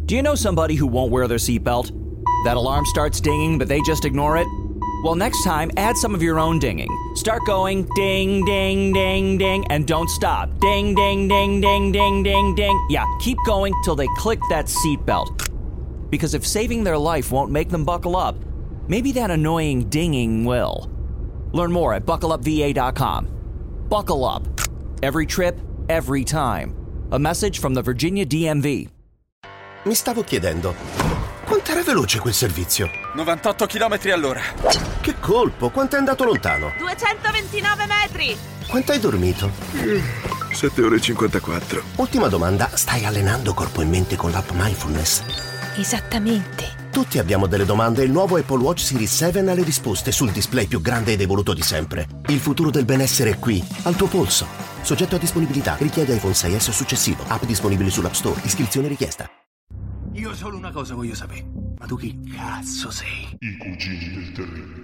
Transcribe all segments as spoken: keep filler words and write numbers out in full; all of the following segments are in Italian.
Do you know somebody who won't wear their seatbelt? That alarm starts dinging, but they just ignore it? Well, next time, add some of your own dinging. Start going ding, ding, ding, ding, and don't stop. Ding, ding, ding, ding, ding, ding, ding. Yeah, keep going till they click that seatbelt. Because if saving their life won't make them buckle up, maybe that annoying dinging will. Learn more at buckle up v a dot com. Buckle up. Every trip, every time. A message from the Virginia D M V. Mi stavo chiedendo, quant'era veloce quel servizio? novantotto chilometri all'ora. Che colpo, quanto è andato lontano? duecentoventinove metri. Quanto hai dormito? sette ore e cinquantaquattro. Ultima domanda, stai allenando corpo e mente con l'app Mindfulness? Esattamente. Tutti abbiamo delle domande e il nuovo Apple Watch Series sette ha le risposte sul display più grande ed evoluto di sempre. Il futuro del benessere è qui, al tuo polso. Soggetto a disponibilità, richiede iPhone sei S o successivo. App disponibile sull'App Store, iscrizione richiesta. Io solo una cosa voglio sapere. Ma tu chi cazzo sei? I cugini del terribile.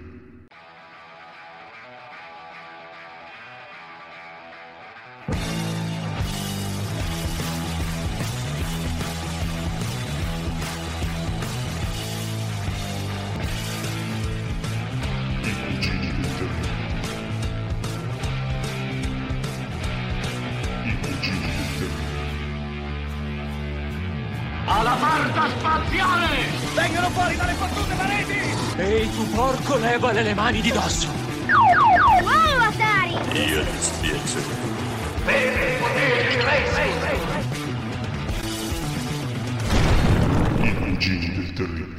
Alla marca spaziale! Vengono fuori dalle fottute pareti! Ehi, tu porco, levale le mani di dosso! Wow, Atari! Io ti spiego. Per i poteri di Grace! I cugini del terribile.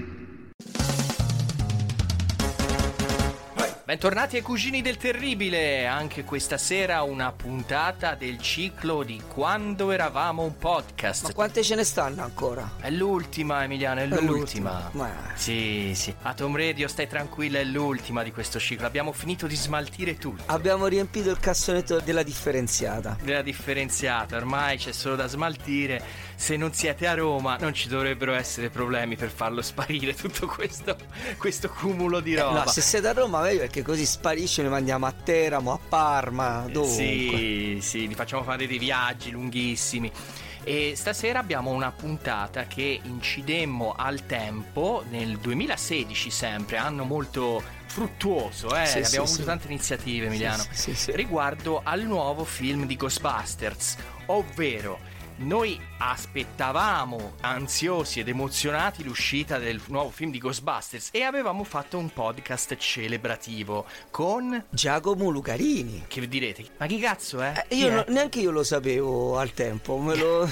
Bentornati ai Cugini del Terribile, anche questa sera una puntata del ciclo di Quando eravamo un podcast. Ma quante ce ne stanno ancora? È l'ultima, Emiliano, è, È l'ultima. l'ultima. Ma... Sì, sì. Atom Radio, stai tranquilla, è l'ultima di questo ciclo. Abbiamo finito di smaltire tutto. Abbiamo riempito il cassonetto della differenziata. Della differenziata, ormai c'è solo da smaltire. Se non siete a Roma non ci dovrebbero essere problemi per farlo sparire tutto questo, questo cumulo di roba. Eh, no, se siete a Roma meglio, perché così sparisce, noi mandiamo a Teramo, a Parma, dovunque. Sì, sì, vi facciamo fare dei viaggi lunghissimi. E stasera abbiamo una puntata che incidemmo al tempo nel duemilasedici, sempre, anno molto fruttuoso, eh? Sì, abbiamo sì, avuto sì. tante iniziative, Emiliano, Sì, sì, sì. riguardo al nuovo film di Ghostbusters, ovvero noi aspettavamo ansiosi ed emozionati l'uscita del nuovo film di Ghostbusters e avevamo fatto un podcast celebrativo con Giacomo Lucarini. Che direte, ma chi cazzo è? Eh, io Chi no, è? neanche io lo sapevo al tempo, me lo...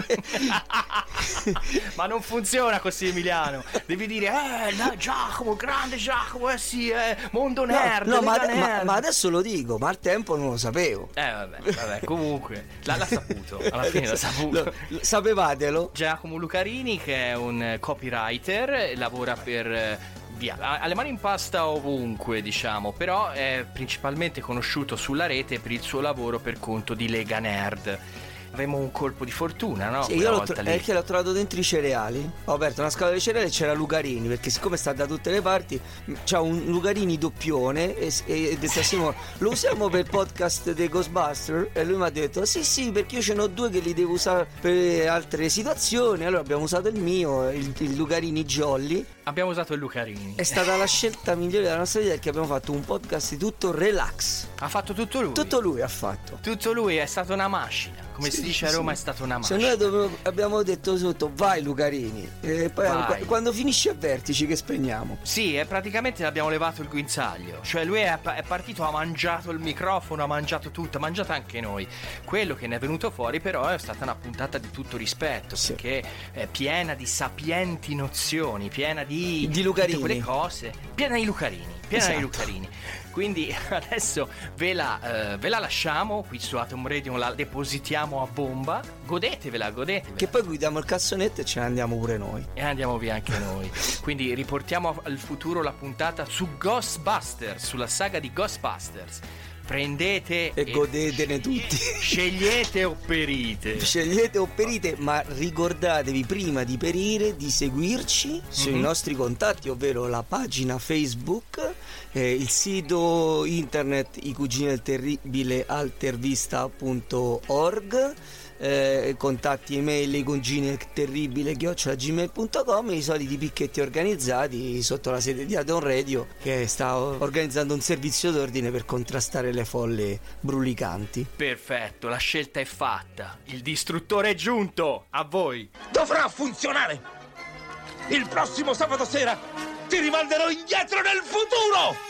Ma non funziona così, Emiliano. Devi dire, eh, no, Giacomo, grande Giacomo, eh sì, eh, mondo nerd, No, no ma, Lega ma, nerd. ma adesso lo dico, ma al tempo non lo sapevo. Eh vabbè, vabbè, comunque l'ha, l'ha saputo, alla fine l'ha saputo. Lo- lo- sapevatelo? Giacomo Lucarini, che è un copywriter, lavora per eh, via, ha ha le mani in pasta ovunque, diciamo, però è principalmente conosciuto sulla rete per il suo lavoro per conto di Lega Nerd. Avremo un colpo di fortuna, no? Sì, Quella io l'ho, volta tro- lì. è che l'ho trovato dentro i cereali. Ho aperto una scatola di cereali e c'era Lucarini, perché siccome sta da tutte le parti c'ha un Lucarini doppione e, e, e detto a Simone, lo usiamo per il podcast dei Ghostbusters? E lui mi ha detto sì sì, perché io ce n'ho due che li devo usare per altre situazioni. Allora abbiamo usato il mio, il, il Lucarini Jolly. Abbiamo usato il Lucarini. È stata la scelta migliore della nostra vita, perché abbiamo fatto un podcast di tutto relax. Ha fatto tutto lui. Tutto lui ha fatto. Tutto lui, è stata una macina. Come Sì, si dice a sì. Roma, è stata una Se macina. noi dovevo- abbiamo detto sotto vai Lucarini, e poi Vai. qu- quando finisce a vertici che spegniamo. Sì, e praticamente le abbiamo levato il guinzaglio. Cioè lui è, è partito, ha mangiato il microfono, ha mangiato tutto, ha mangiato anche noi. Quello che ne è venuto fuori però è stata una puntata di tutto rispetto, Sì. perché è piena di sapienti nozioni, piena di, Di Lucarini. tutte quelle cose, piena di Lucarini, piena Esatto. di Lucarini. Quindi adesso ve la, eh, ve la lasciamo qui su Atom Radio, la depositiamo a bomba. Godetevela, godetevela. Che poi guidiamo il cassonetto e ce ne andiamo pure noi. E andiamo via anche noi. Quindi riportiamo al futuro la puntata su Ghostbusters, sulla saga di Ghostbusters. Prendete E godetene tutti. Scegliete o perite. Scegliete o perite, ma ricordatevi prima di perire di seguirci sui Mhm. nostri contatti, ovvero la pagina Facebook, eh, il sito internet i cugini del terribile altervista punto org, eh, contatti email i cugini del terribile chiocciola gmail punto com e i soliti picchetti organizzati sotto la sede di Adon Radio, che sta organizzando un servizio d'ordine per contrastare le folle brulicanti. Perfetto, la scelta è fatta. Il distruttore è giunto. A voi. Dovrà funzionare! Il prossimo sabato sera ti rimanderò indietro nel futuro!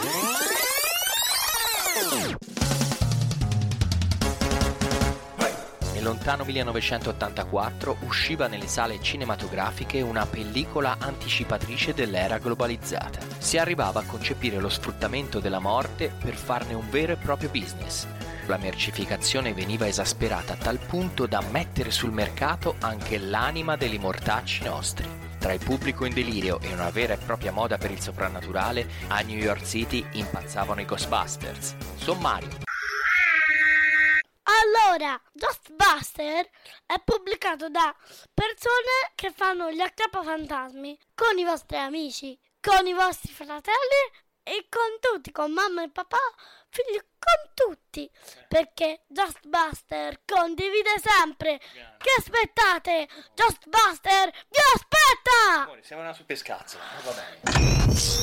Nel lontano millenovecentottantaquattro usciva nelle sale cinematografiche una pellicola anticipatrice dell'era globalizzata. Si arrivava a concepire lo sfruttamento della morte per farne un vero e proprio business. La mercificazione veniva esasperata a tal punto da mettere sul mercato anche l'anima degli mortacci nostri. Tra il pubblico in delirio e una vera e propria moda per il soprannaturale, a New York City impazzavano i Ghostbusters. Sommario. Allora, Ghostbuster è pubblicato da persone che fanno gli acchiappafantasmi con i vostri amici, con i vostri fratelli e con tutti, con mamma e papà, figli, con tutti, perché Ghostbuster condivide sempre. Che aspettate? Ghostbuster vi aspetta! Amore, sembra una superscazzo, ma va bene.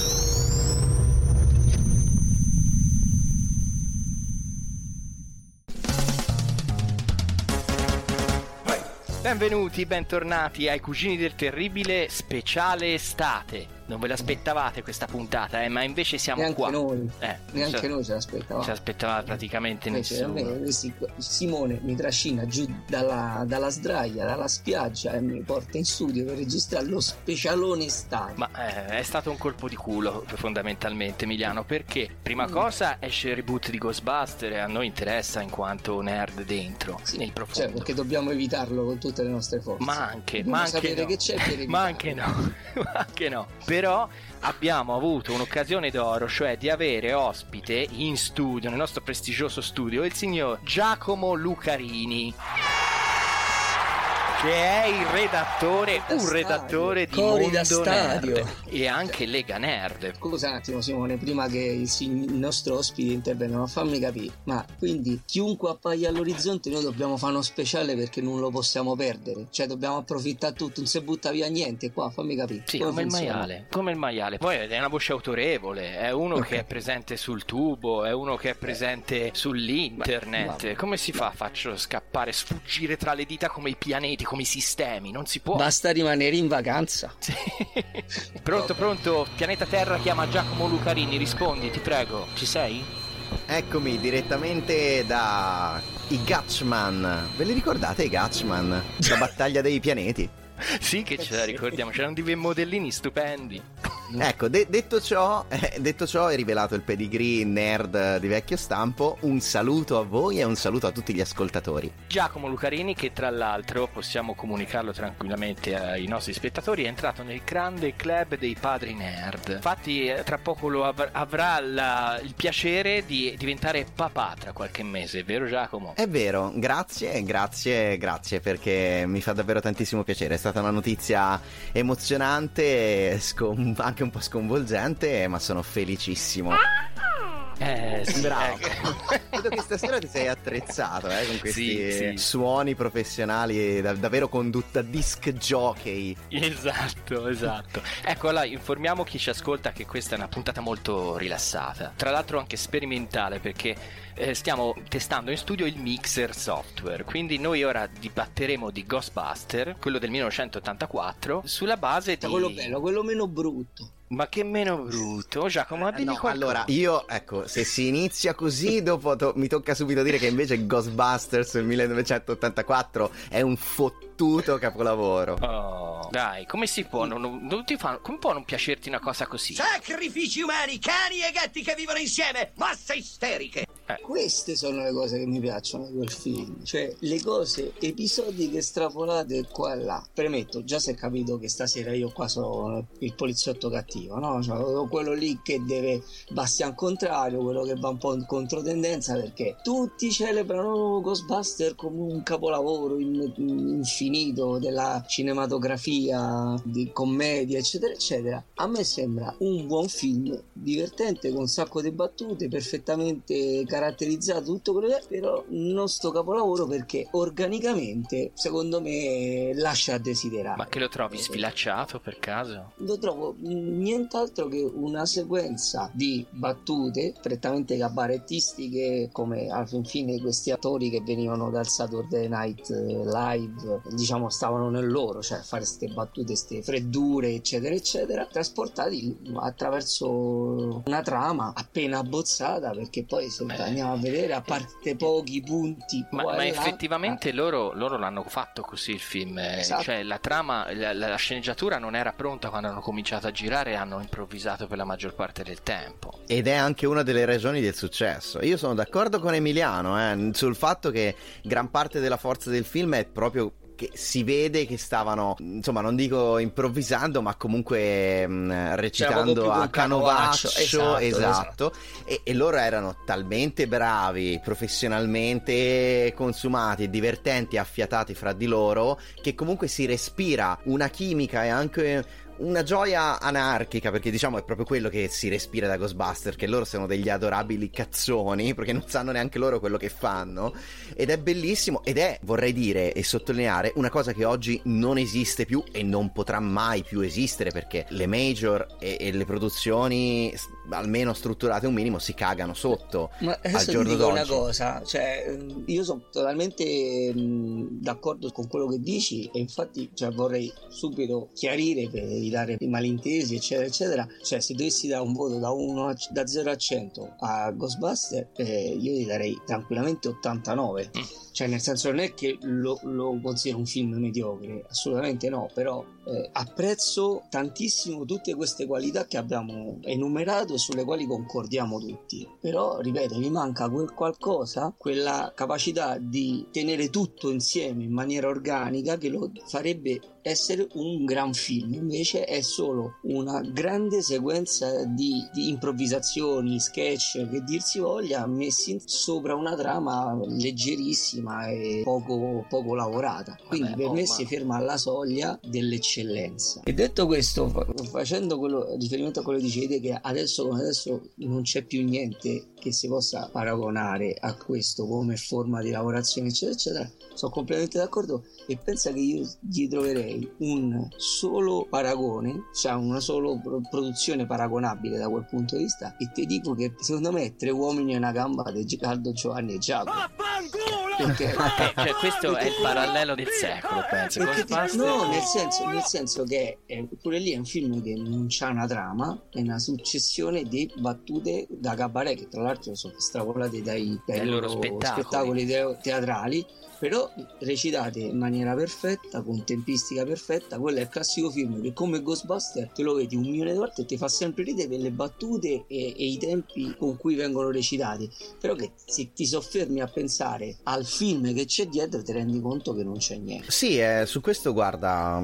Benvenuti, bentornati ai Cugini del Terribile speciale estate. Non ve l'aspettavate questa puntata, eh, ma invece siamo neanche qua. Noi. Eh, neanche so, noi ce l'aspettavamo. Ce l'aspettava praticamente invece nessuno. A me, sì, Simone mi trascina giù dalla, dalla sdraia, dalla spiaggia e mi porta in studio per registrare lo specialone estate. Ma eh, è stato un colpo di culo fondamentalmente, Emiliano, perché prima mm. cosa esce il reboot di Ghostbuster e a noi interessa in quanto nerd dentro, sì, nel profondo. Cioè, perché dobbiamo evitarlo con tutte le nostre forze. Ma anche, dobbiamo ma anche sapere no. che c'è per ma anche no, ma anche no. Però abbiamo avuto un'occasione d'oro, cioè di avere ospite in studio, nel nostro prestigioso studio, il signor Giacomo Lucarini, che è il redattore, un stadio. redattore di Cori Mondo da stadio. Nerd e anche Lega Nerd. Scusa un attimo Simone, prima che il, il nostro ospite intervenga, ma fammi capire, ma quindi chiunque appaia all'orizzonte noi dobbiamo fare uno speciale perché non lo possiamo perdere, cioè dobbiamo approfittare tutto, non si butta via niente qua, fammi capire. Sì, come come funziona? il maiale, come il maiale. Poi è una voce autorevole, è uno okay. che è presente sul tubo, è uno che è presente sull'internet. Beh, come si fa? Faccio scappare, sfuggire tra le dita come i pianeti, come i sistemi, non si può. Basta rimanere in vacanza. Sì. Pronto, pronto, Pianeta Terra chiama Giacomo Lucarini, rispondi, ti prego, ci sei? Eccomi, direttamente da i Gatchman. Ve li ricordate i Gatchman? La battaglia dei pianeti? Sì che ce la ricordiamo, c'erano dei modellini stupendi. Ecco, de- detto ciò, eh, detto ciò, è rivelato il pedigree nerd di vecchio stampo. Un saluto a voi e un saluto a tutti gli ascoltatori. Giacomo Lucarini, che tra l'altro possiamo comunicarlo tranquillamente ai nostri spettatori, è entrato nel grande club dei padri nerd. Infatti tra poco lo av- avrà la- il piacere di diventare papà tra qualche mese, vero Giacomo? È vero, grazie, grazie, grazie, perché mi fa davvero tantissimo piacere. È stata una notizia emozionante, scom- anche un po' sconvolgente, ma sono felicissimo. Eh, sì, bravo. Ecco. Vedo che stasera ti sei attrezzato eh, con questi sì, sì. suoni professionali, da- davvero condotta disc jockey. Esatto, esatto. Ecco, allora informiamo chi ci ascolta che questa è una puntata molto rilassata, tra l'altro anche sperimentale, perché eh, stiamo testando in studio il Mixer software. Quindi noi ora dibatteremo di Ghostbuster, quello del millenovecentottantaquattro, sulla base di... quello bello, quello meno brutto. Ma che meno brutto, Giacomo, eh, no, qualcosa. Allora, io, ecco, se si inizia così, dopo to- mi tocca subito dire che invece Ghostbusters del millenovecentottantaquattro è un fottuto capolavoro. Oh, dai, come si può non, non ti fa, come può non piacerti una cosa così? Sacrifici umani, cani e gatti che vivono insieme, masse isteriche. Eh. Queste sono le cose che mi piacciono di quel film, cioè le cose episodiche estrapolate qua e là. Premetto, già si è capito che stasera io qua sono il poliziotto cattivo, no? Cioè, quello lì che deve Bastian contrario, quello che va un po' in controtendenza, perché tutti celebrano Ghostbuster come un capolavoro in, in, infinito della cinematografia, di commedia, eccetera eccetera. A me sembra un buon film, divertente, con un sacco di battute, perfettamente caratterizzato tutto quello che è, però non sto capolavoro perché organicamente secondo me lascia a desiderare. Ma che lo trovi sfilacciato per caso? Lo trovo nient'altro che una sequenza di battute prettamente cabarettistiche, come alla fin fine questi attori che venivano dal Saturday Night Live, diciamo, stavano nel loro, cioè fare queste battute, queste freddure eccetera eccetera, trasportati attraverso una trama appena abbozzata, perché poi se Beh, andiamo a vedere, a parte pochi punti ma, ma effettivamente loro, loro l'hanno fatto così il film, esatto. Cioè la trama, la, la sceneggiatura non era pronta quando hanno cominciato a girare e hanno improvvisato per la maggior parte del tempo, ed è anche una delle ragioni del successo. Io sono d'accordo con Emiliano eh, sul fatto che gran parte della forza del film è proprio che si vede che stavano, insomma, non dico improvvisando, ma comunque mh, recitando a canovaccio, esatto, esatto. esatto. E, e loro erano talmente bravi, professionalmente consumati e divertenti, affiatati fra di loro, che comunque si respira una chimica e anche una gioia anarchica, perché diciamo è proprio quello che si respira da Ghostbusters, che loro sono degli adorabili cazzoni, perché non sanno neanche loro quello che fanno, ed è bellissimo, ed è, vorrei dire e sottolineare, una cosa che oggi non esiste più e non potrà mai più esistere, perché le major e, e le produzioni almeno strutturate un minimo si cagano sotto. Ma adesso ti dico una cosa, cioè io sono totalmente mh, d'accordo con quello che dici, e infatti cioè, vorrei subito chiarire per evitare i malintesi eccetera eccetera, cioè se dovessi dare un voto da, uno a, da zero a cento a Ghostbusters, eh, io gli darei tranquillamente ottantanove, cioè nel senso non è che lo, lo considero un film mediocre, assolutamente no, però eh, apprezzo tantissimo tutte queste qualità che abbiamo enumerato, sulle quali concordiamo tutti, però ripeto, mi manca quel qualcosa, quella capacità di tenere tutto insieme in maniera organica che lo farebbe essere un gran film. Invece è solo una grande sequenza di, di improvvisazioni, sketch, che dir si voglia, messi sopra una trama leggerissima e poco, poco lavorata, quindi Vabbè, per oh, me ma... si ferma alla soglia dell'eccellenza. E detto questo, facendo quello, riferimento a quello che dicete, che adesso come adesso non c'è più niente che si possa paragonare a questo come forma di lavorazione eccetera eccetera, sono completamente d'accordo, e pensa che io gli troverei un solo paragone, cioè una sola produzione paragonabile da quel punto di vista, e ti dico che secondo me Tre uomini e una gamba di Aldo, Giovanni e Giacomo. Perché, eh, cioè questo perché, è il parallelo del secolo, penso. Perché, no, nel senso, nel senso che è, pure lì è un film che non c'ha una trama, è una successione di battute da cabaret, che tra l'altro sono estrapolate dai, dai, dai loro, loro spettacoli, spettacoli te- teatrali, però recitate in maniera perfetta, con tempistica perfetta. Quello è il classico film che come Ghostbusters te lo vedi un milione di volte e ti fa sempre ridere per le battute e, e i tempi con cui vengono recitati, però che se ti soffermi a pensare al film che c'è dietro ti rendi conto che non c'è niente. Sì, eh, su questo guarda,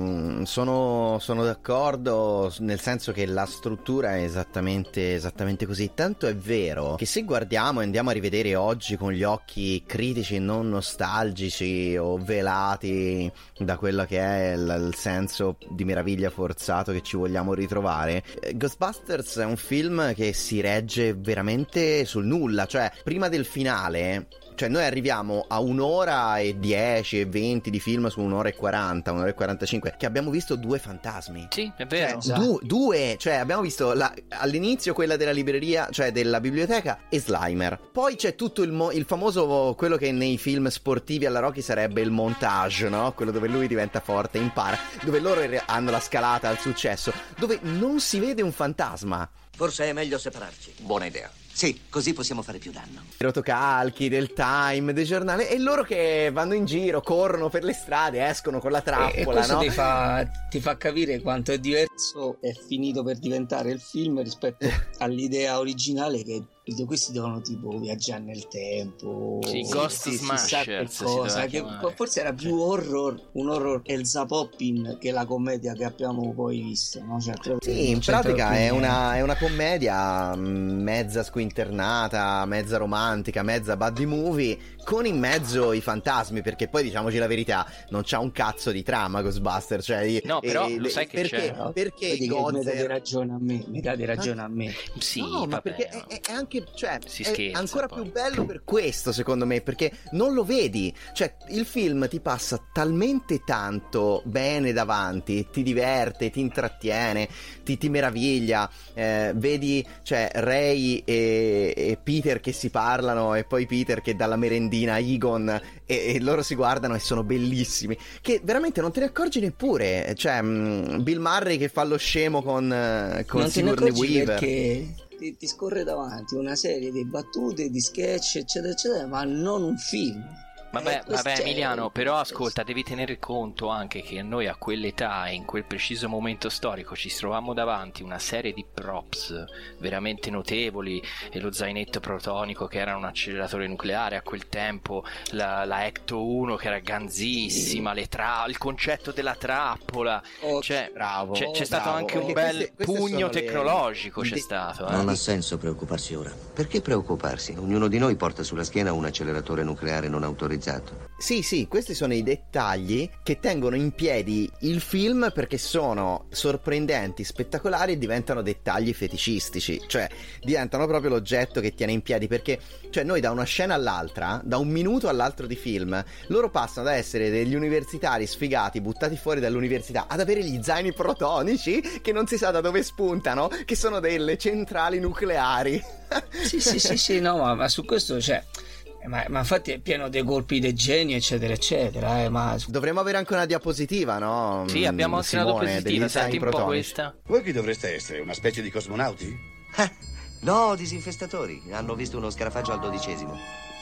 sono, sono d'accordo, nel senso che la struttura è esattamente, esattamente così, tanto è vero che se guardiamo e andiamo a rivedere oggi con gli occhi critici e non nostalgici o velati da quello che è il, il senso di meraviglia forzato che ci vogliamo ritrovare, Ghostbusters è un film che si regge veramente sul nulla, cioè prima del finale. Cioè noi arriviamo a un'ora e dieci e venti di film su un'ora e quaranta, un'ora e quarantacinque, che abbiamo visto due fantasmi. Sì, è vero. Cioè, du- due, cioè abbiamo visto la, all'inizio quella della libreria, cioè della biblioteca, e Slimer. Poi c'è tutto il, mo- il famoso, quello che nei film sportivi alla Rocky sarebbe il montage, no? Quello dove lui diventa forte, impara, dove loro hanno la scalata al successo, dove non si vede un fantasma. Forse è meglio separarci. Buona idea. Sì, così possiamo fare più danno. Rotocalchi del Time, del giornale, e loro che vanno in giro, corrono per le strade, escono con la trappola, e, e questo no? ti fa, ti fa capire quanto è diverso è finito per diventare il film rispetto all'idea originale, che questi devono tipo viaggiare nel tempo, sì, Ghost Smashers, cosa, che forse era più horror, un horror Elsa Poppin che la commedia che abbiamo poi visto, no? Cioè, sì, in pratica è una, è una commedia mezza squinternata, mezza romantica, mezza buddy movie, con in mezzo i fantasmi, perché poi diciamoci la verità, non c'ha un cazzo di trama Ghostbusters, cioè no, però eh, lo sai che perché, c'è, no? perché mi date ragione a me, mi date ragione a me. Sì, no, ma vabbè, perché no. è, è anche che cioè Si è scherza, ancora poi. più bello per questo, secondo me, perché non lo vedi, cioè il film ti passa talmente tanto bene davanti, ti diverte, ti intrattiene, ti, ti meraviglia, eh, vedi cioè Ray e, e Peter che si parlano, e poi Peter che dà la merendina a Egon, e, e loro si guardano e sono bellissimi, che veramente non te ne accorgi neppure, cioè mh, Bill Murray che fa lo scemo con, eh, con non te ne Sigourney accorgi Weaver, perché ti, ti scorre davanti una serie di battute, di sketch, eccetera eccetera, ma non un film. Vabbè, Eh, vabbè cioè, Emiliano, però ascolta, devi tenere conto anche che noi a quell'età e in quel preciso momento storico ci trovammo davanti una serie di props veramente notevoli, e lo zainetto protonico che era un acceleratore nucleare a quel tempo, la, la Ecto uno che era ganzissima, le tra- il concetto della trappola, Oh, cioè, bravo, c'è, c'è oh, stato bravo. anche un Perché bel queste- queste pugno sono le- tecnologico, c'è de- stato. Eh? Non ha senso preoccuparsi ora. Perché preoccuparsi? Ognuno di noi porta sulla schiena un acceleratore nucleare non autorizzato. Sì, sì, questi sono i dettagli che tengono in piedi il film, perché sono sorprendenti, spettacolari e diventano dettagli feticistici, cioè diventano proprio l'oggetto che tiene in piedi, perché cioè noi da una scena all'altra, da un minuto all'altro di film, loro passano da essere degli universitari sfigati buttati fuori dall'università ad avere gli zaini protonici che non si sa da dove spuntano, che sono delle centrali nucleari. Sì, sì, sì, sì, no, ma, ma su questo c'è. Ma, ma infatti è pieno dei colpi dei geni, eccetera, eccetera. Eh, ma Dovremmo avere anche una diapositiva, no? Sì, abbiamo anche una Simone, diapositiva, degli senti un po' protonici. questa. Voi chi dovreste essere? Una specie di cosmonauti? Eh, no, disinfestatori. Hanno visto uno scarafaggio al dodicesimo.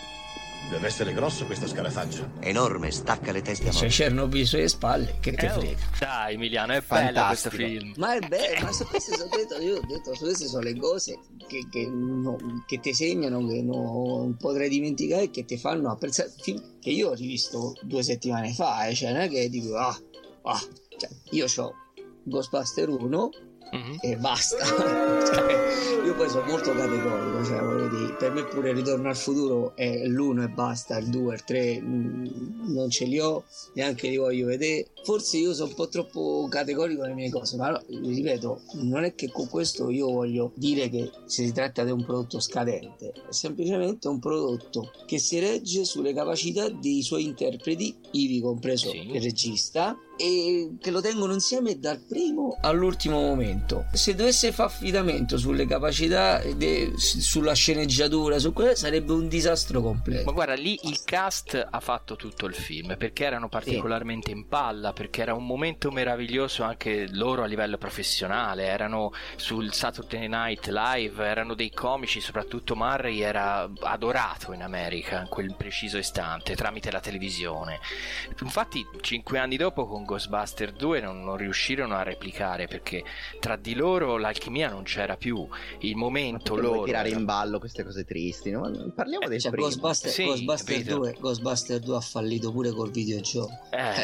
Deve essere grosso questo scarafaggio. Enorme, stacca le teste a c'è morte. Chernobyl sulle spalle, che te Eh, oh, frega. dai Emiliano, è bello questo Fantastico. film. Ma è bello, ma su queste sono detto, io ho detto, su queste sono le cose che, che, no, che ti segnano, che non potrei dimenticare, che ti fanno apprezzare film che io ho rivisto due settimane fa, eh, cioè non è che dico, ah, ah, cioè, io ho Ghostbuster uno Mhm. e basta. Cioè, io poi sono molto categorico, cioè, voglio dire, per me pure Ritorno al futuro è l'uno e basta, il due, il tre mh, non ce li ho, neanche li voglio vedere. Forse io sono un po' troppo categorico nelle mie cose, ma no, ripeto, non è che con questo io voglio dire che si tratta di un prodotto scadente, è semplicemente un prodotto che si regge sulle capacità dei suoi interpreti, ivi compreso Sì. il regista, e che lo tengono insieme dal primo all'ultimo momento. Se dovesse fare affidamento sulle capacità de- sulla sceneggiatura, su quello, sarebbe un disastro completo. Ma guarda, lì il cast ha fatto tutto il film, perché erano particolarmente in palla, perché era un momento meraviglioso anche loro a livello professionale, erano sul Saturday Night Live, erano dei comici, soprattutto Murray era adorato in America in quel preciso istante tramite la televisione. Infatti cinque anni dopo con Ghostbuster due non, non riuscirono a replicare, perché tra di loro l'alchimia non c'era più, il momento Vuoi loro tirare era- in ballo queste cose tristi, no? Parliamo del Cioè, primo. Ghostbuster, Sì, Ghostbuster capito. due, Ghostbuster due ha fallito pure col videogioco.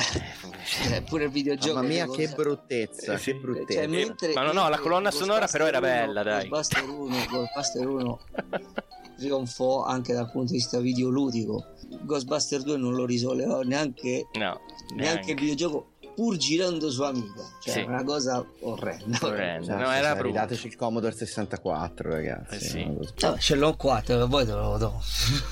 eh, Eh, pure il videogioco. Mamma mia, di che cosa- bruttezza, Eh, sì. che bruttezza. Cioè, mentre, Ma no, no, la mentre colonna sonora però era Ghostbuster bella, uno, dai. Ghostbuster uno, Ghostbuster uno trionfò anche dal punto di vista videoludico. Ghostbuster due non lo risoleva neanche, no, neanche neanche. il videogioco, pur girando su Amiga. Cioè, Sì. è una cosa orrenda. Orrendo. Cioè, No, era cioè, brutto. ridateci il Commodore sessantaquattro, ragazzi. Eh sì. no? Vabbè, ce l'ho qua, te lo, poi te lo do.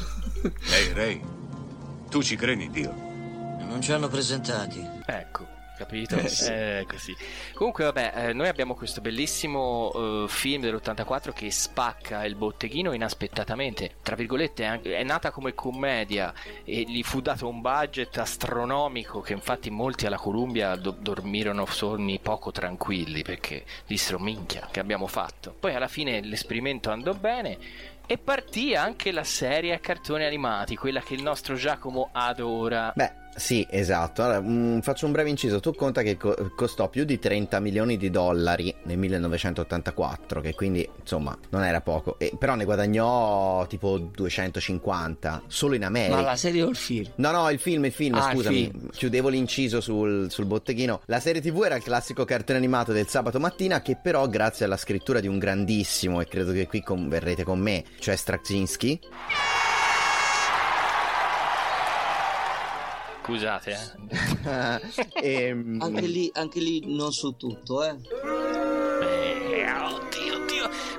Ehi, Ray, tu ci credi in Dio? Non ci hanno presentati. Ecco, capito? Eh, sì. Eh, così. Comunque, vabbè, eh, noi abbiamo questo bellissimo eh, film dell'ottantaquattro che spacca il botteghino inaspettatamente. Tra virgolette, è, anche- è nata come commedia e gli fu dato un budget astronomico che infatti molti alla Columbia do- dormirono sonni poco tranquilli perché dissero minchia che abbiamo fatto. Poi alla fine l'esperimento andò bene e partì anche la serie a cartoni animati, quella che il nostro Giacomo adora. Beh, sì, esatto. Allora, mm, faccio un breve inciso. Tu conta che co- costò più di trenta milioni di dollari nel millenovecentottantaquattro, che quindi, insomma, non era poco. E, però ne guadagnò tipo duecentocinquanta solo in America. Ma la serie o il film? No, no, il film, il film, Ah, il scusami. film. Chiudevo l'inciso sul, sul botteghino. La serie tivù era il classico cartone animato del sabato mattina, che però, grazie alla scrittura di un grandissimo, e credo che qui converrete con me, cioè Straczynski. Scusate, eh. Ehm, Anche lì, anche lì non su tutto, eh. Eh, oddio, oddio.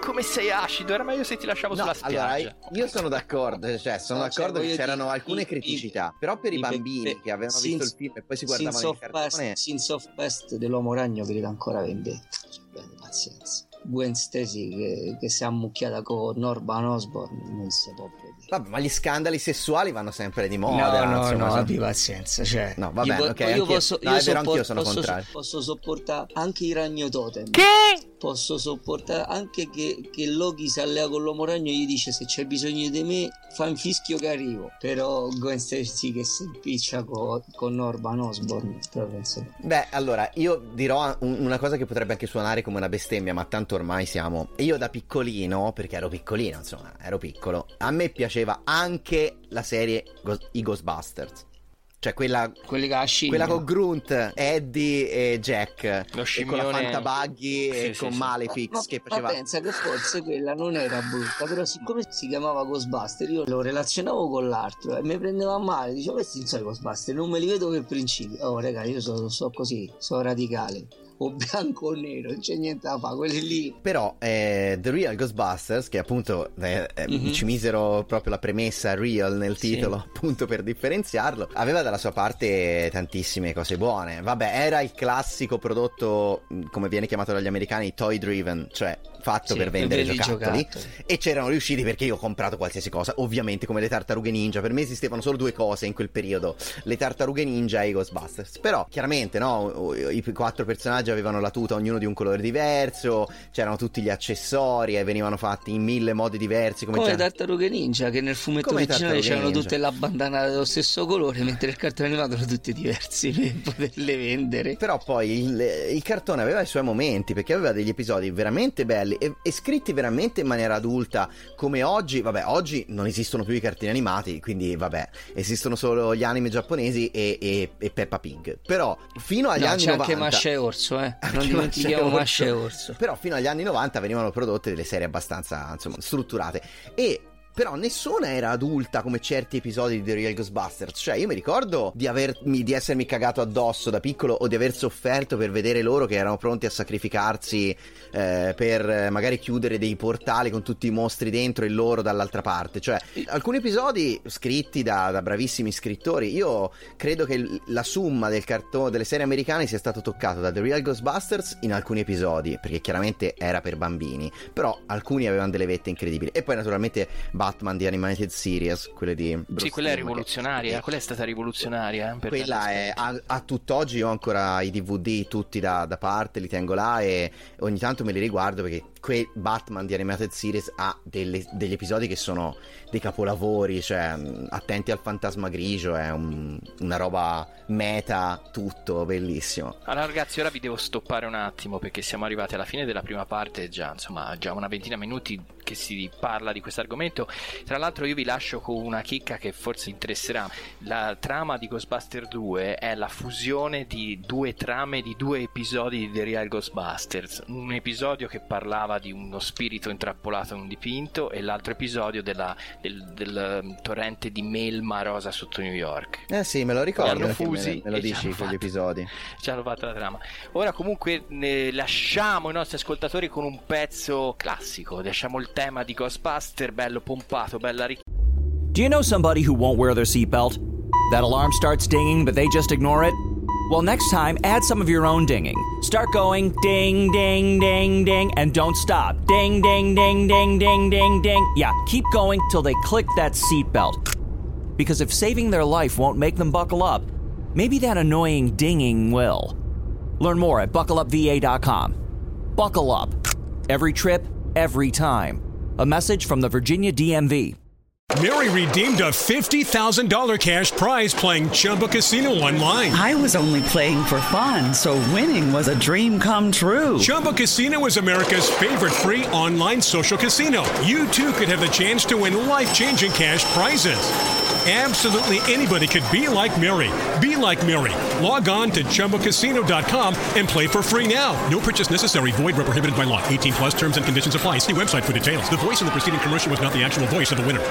come sei acido, era meglio se ti lasciavo no, sulla spiaggia. Allora, io sono d'accordo, cioè sono no, d'accordo cioè, che c'erano dire, alcune i, criticità, i, però per i, i bambini pe, che avevano since, visto il film e poi si guardavano il cartone... Sins of Pest dell'Uomo Ragno grida ancora vendetta, cioè, bene, pazienza. Gwen Stacy che, che si è ammucchiata con Norman Osborn, non si può vedere. Vabbè, ma gli scandali sessuali vanno sempre di moda. No, no, insomma, no, sono... abbi pazienza, cioè. No, va bene, io, ok, io anch'io, posso, no, io è vero, sopport- anch'io sono posso, contrario. Posso sopportare anche i Ragno Totem. Che? Posso sopportare anche che, che Loki si allea con l'Uomo Ragno e gli dice se c'è bisogno di me fa un fischio che arrivo. Però Gwen Stacy che si impiccia con, con Norman Osborn, proprio insomma. Beh, allora, io dirò un- una cosa che potrebbe anche suonare come una bestemmia, ma tanto ormai siamo... Io da piccolino, perché ero piccolino, insomma, ero piccolo, a me piaceva anche la serie Go- i Ghostbusters. Cioè quella, quella con Grunt, Eddie e Jack, lo e con la Fantabuggy sì, e sì, con sì, Malefic ma, che ma faceva... pensa che forse quella non era brutta, però siccome si chiamava Ghostbuster io lo relazionavo con l'altro e mi prendeva male, dicevo questi non sono i Ghostbuster, non me li vedo per principio. Oh raga, io sono so così, sono radicale, o bianco o nero, non c'è niente da fare, quelli lì. Però eh, The Real Ghostbusters, che appunto eh, eh, mm-hmm. ci misero proprio la premessa real nel titolo, sì. appunto per differenziarlo, aveva dalla sua parte tantissime cose buone. Vabbè, era il classico prodotto, come viene chiamato dagli americani, toy driven, cioè fatto sì, per vendere per giocattoli, giocattoli, e c'erano riusciti perché io ho comprato qualsiasi cosa, ovviamente come le tartarughe ninja. Per me esistevano solo due cose in quel periodo, le tartarughe ninja e i Ghostbusters. Però chiaramente no, i quattro personaggi avevano la tuta ognuno di un colore diverso, c'erano tutti gli accessori e venivano fatti in mille modi diversi come, come già... le tartarughe ninja, che nel fumetto come originale c'erano ninja. tutte la bandana dello stesso colore, mentre il cartone animato erano tutti diversi per poterle vendere. Però poi il, il cartone aveva i suoi momenti, perché aveva degli episodi veramente belli e, e scritti veramente in maniera adulta, come oggi. Vabbè, oggi non esistono più i cartoni animati, quindi vabbè, esistono solo gli anime giapponesi e, e, e Peppa Pig. Però fino agli no, anni c'è novanta anche Masha e Orso, eh non anche dimentichiamo Masha e Orso. Però fino agli anni novanta venivano prodotte delle serie abbastanza, insomma, strutturate, e però nessuna era adulta come certi episodi di The Real Ghostbusters. Cioè io mi ricordo di, avermi, di essermi cagato addosso da piccolo, o di aver sofferto per vedere loro che erano pronti a sacrificarsi eh, per magari chiudere dei portali con tutti i mostri dentro e loro dall'altra parte. Cioè alcuni episodi scritti da, da bravissimi scrittori. Io credo che la summa del cartone delle serie americane sia stato toccato da The Real Ghostbusters in alcuni episodi, perché chiaramente era per bambini, però alcuni avevano delle vette incredibili. E poi naturalmente Batman di Animated Series, quelle di Bruce sì, quella è Timm, rivoluzionaria, che... quella è stata rivoluzionaria per quella è a, a tutt'oggi. Io ho ancora i D V D tutti da, da parte, li tengo là e ogni tanto me li riguardo, perché quel Batman di Animated Series ha delle, degli episodi che sono dei capolavori. Cioè Attenti al fantasma grigio è un, una roba meta, tutto bellissimo. Allora ragazzi, ora vi devo stoppare un attimo perché siamo arrivati alla fine della prima parte, già insomma già una ventina di minuti che si parla di questo argomento. Tra l'altro io vi lascio con una chicca che forse interesserà. La trama di Ghostbuster due è la fusione di due trame di due episodi di The Real Ghostbusters. Un episodio che parlava di uno spirito intrappolato in un dipinto e l'altro episodio della, del, del um, torrente di melma rosa sotto New York. Eh sì, me lo ricordo, hanno fusi, me, me lo dici quegli episodi. Ci hanno fatto la trama. Ora comunque ne lasciamo i nostri ascoltatori con un pezzo classico. Lasciamo il tema di Ghostbuster bello pompato, bella ricca. Do you know somebody who won't wear their seatbelt? That alarm starts dinging, but they just ignore it? Well, next time, add some of your own dinging. Start going ding, ding, ding, ding, and don't stop. Ding, ding, ding, ding, ding, ding, ding. Yeah, keep going till they click that seatbelt. Because if saving their life won't make them buckle up, maybe that annoying dinging will. Learn more at buckle up v a dot com. Buckle up. Every trip, every time. A message from the Virginia D M V. Mary redeemed a fifty thousand dollars cash prize playing Chumba Casino online. I was only playing for fun, so winning was a dream come true. Chumba Casino is America's favorite free online social casino. You too could have the chance to win life-changing cash prizes. Absolutely anybody could be like Mary. Be like Mary. Log on to chumba casino dot com and play for free now. No purchase necessary. Void where prohibited by law. eighteen plus terms and conditions apply. See website for details. The voice in the preceding commercial was not the actual voice of the winner.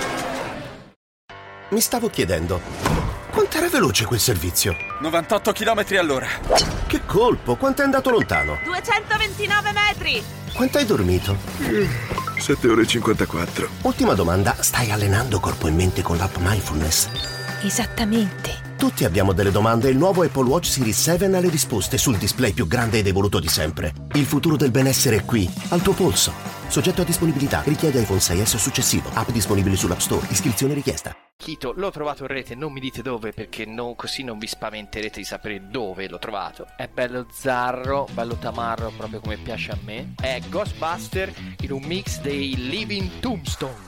Mi stavo chiedendo, quant'era veloce quel servizio? novantotto chilometri all'ora. Che colpo, quanto è andato lontano? duecentoventinove metri. Quanto hai dormito? sette ore e cinquantaquattro. Ultima domanda, stai allenando corpo e mente con l'app Mindfulness? Esattamente. Tutti abbiamo delle domande e il nuovo Apple Watch Series sette ha le risposte sul display più grande ed evoluto di sempre. Il futuro del benessere è qui, al tuo polso. Soggetto a disponibilità, richiede iPhone sei S o successivo. App disponibile sull'App Store, iscrizione richiesta. Chito, l'ho trovato in rete, non mi dite dove perché no, così non vi spaventerete di sapere dove l'ho trovato. È bello zarro, bello tamarro, proprio come piace a me. È Ghostbuster in un mix dei Living Tombstone.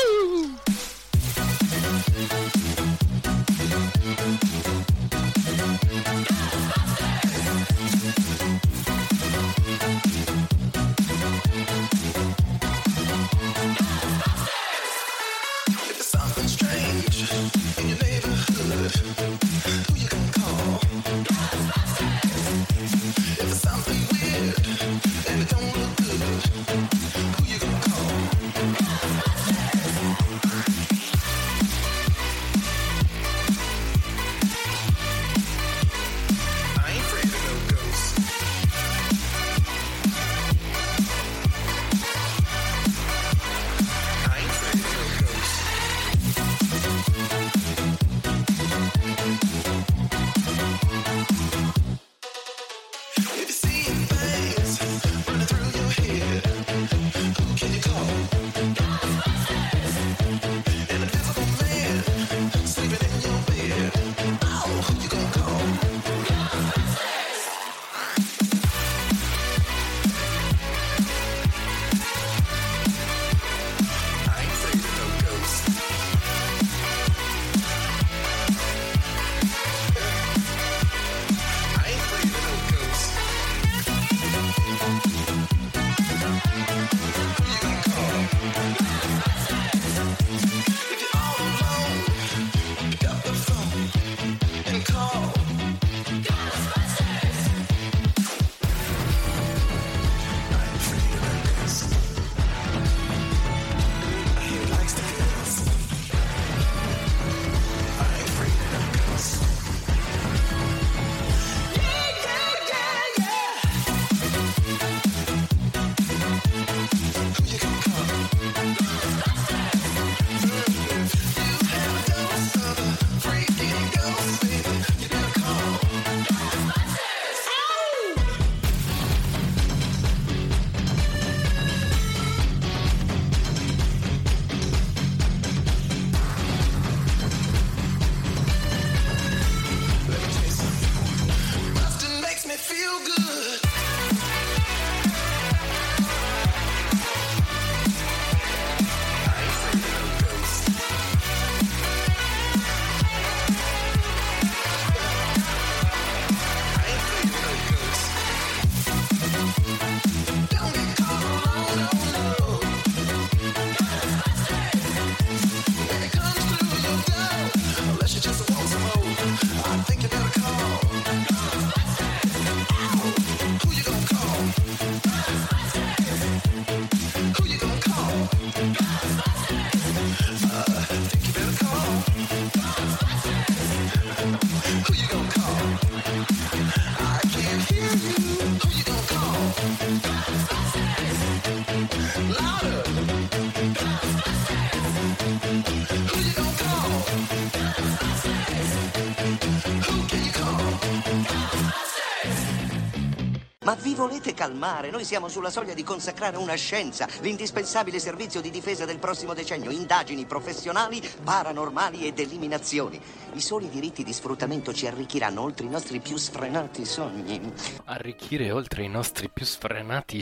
Ma vi volete calmare? Noi siamo sulla soglia di consacrare una scienza, l'indispensabile servizio di difesa del prossimo decennio, indagini professionali, paranormali ed eliminazioni. I soli diritti di sfruttamento ci arricchiranno oltre i nostri più sfrenati sogni. Arricchire oltre i nostri più sfrenati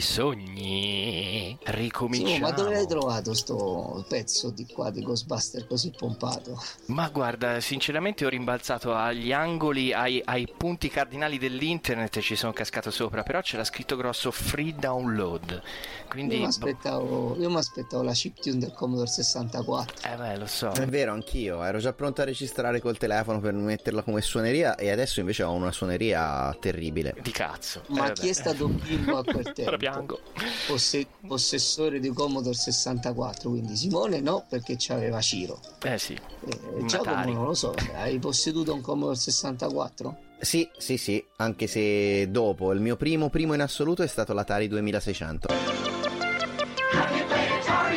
sogni. Ricominciamo. Sì, ma dove l'hai trovato sto pezzo di qua di Ghostbuster così pompato? Ma guarda, sinceramente ho rimbalzato agli angoli, ai, ai punti cardinali dell'internet e ci sono cascato sopra, però c'era scritto grosso free download. Quindi io mi aspettavo, io mi aspettavo la chiptune del Commodore sessantaquattro. Eh beh, lo so. È vero, anch'io ero già pronto a registrare col telefono per metterla come suoneria e adesso invece ho una suoneria terribile. Di cazzo. Ma eh, chi è stato bimbo a quel tempo? Piango. Posse- possessore di Commodore sessantaquattro, quindi Simone no, perché c'aveva Ciro. Eh sì. Eh, Giacomo non lo so, hai posseduto un Commodore sessantaquattro? Sì, sì, sì, anche se dopo, il mio primo primo in assoluto è stato l'Atari duemilaseicento. Have you played Atari?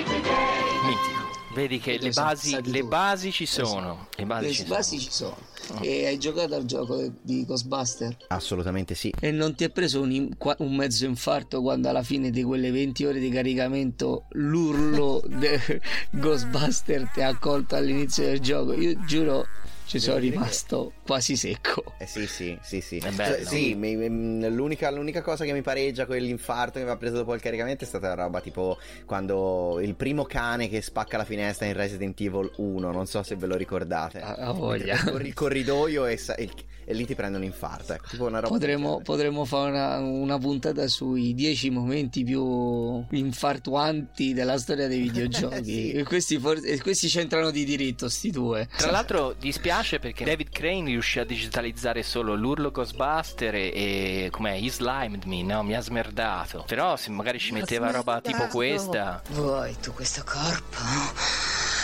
Mitico. Vedi che le basi, le basi ci sono. Le basi, le ci, basi sono. ci sono. Oh. E hai giocato al gioco di Ghostbuster? Assolutamente sì. E non ti è preso un, in- un mezzo infarto quando alla fine di quelle venti ore di caricamento l'urlo de Ghostbuster ti ha colto all'inizio del gioco? Io giuro ci sono rimasto che... quasi secco. Eh sì, sì, sì, sì. È bello. Sì, mi, mi, l'unica, l'unica cosa che mi pareggia quell'infarto che mi ha preso dopo il caricamento è stata la roba tipo quando il primo cane che spacca la finestra in Resident Evil uno, non so se ve lo ricordate. A voglia. Corri il corridoio e, e, e lì ti prende un infarto. Ecco, tipo una roba potremmo, potremmo fare una, una puntata sui dieci momenti più infartuanti della storia dei videogiochi. Sì. E questi, forse, questi c'entrano di diritto, sti due. Tra l'altro dispiace perché David Crane riuscì a digitalizzare solo l'urlo Ghostbuster e, e com'è, he slimed me, no? Mi ha smerdato. Però se magari ci metteva roba tipo questa. Vuoi tu questo corpo?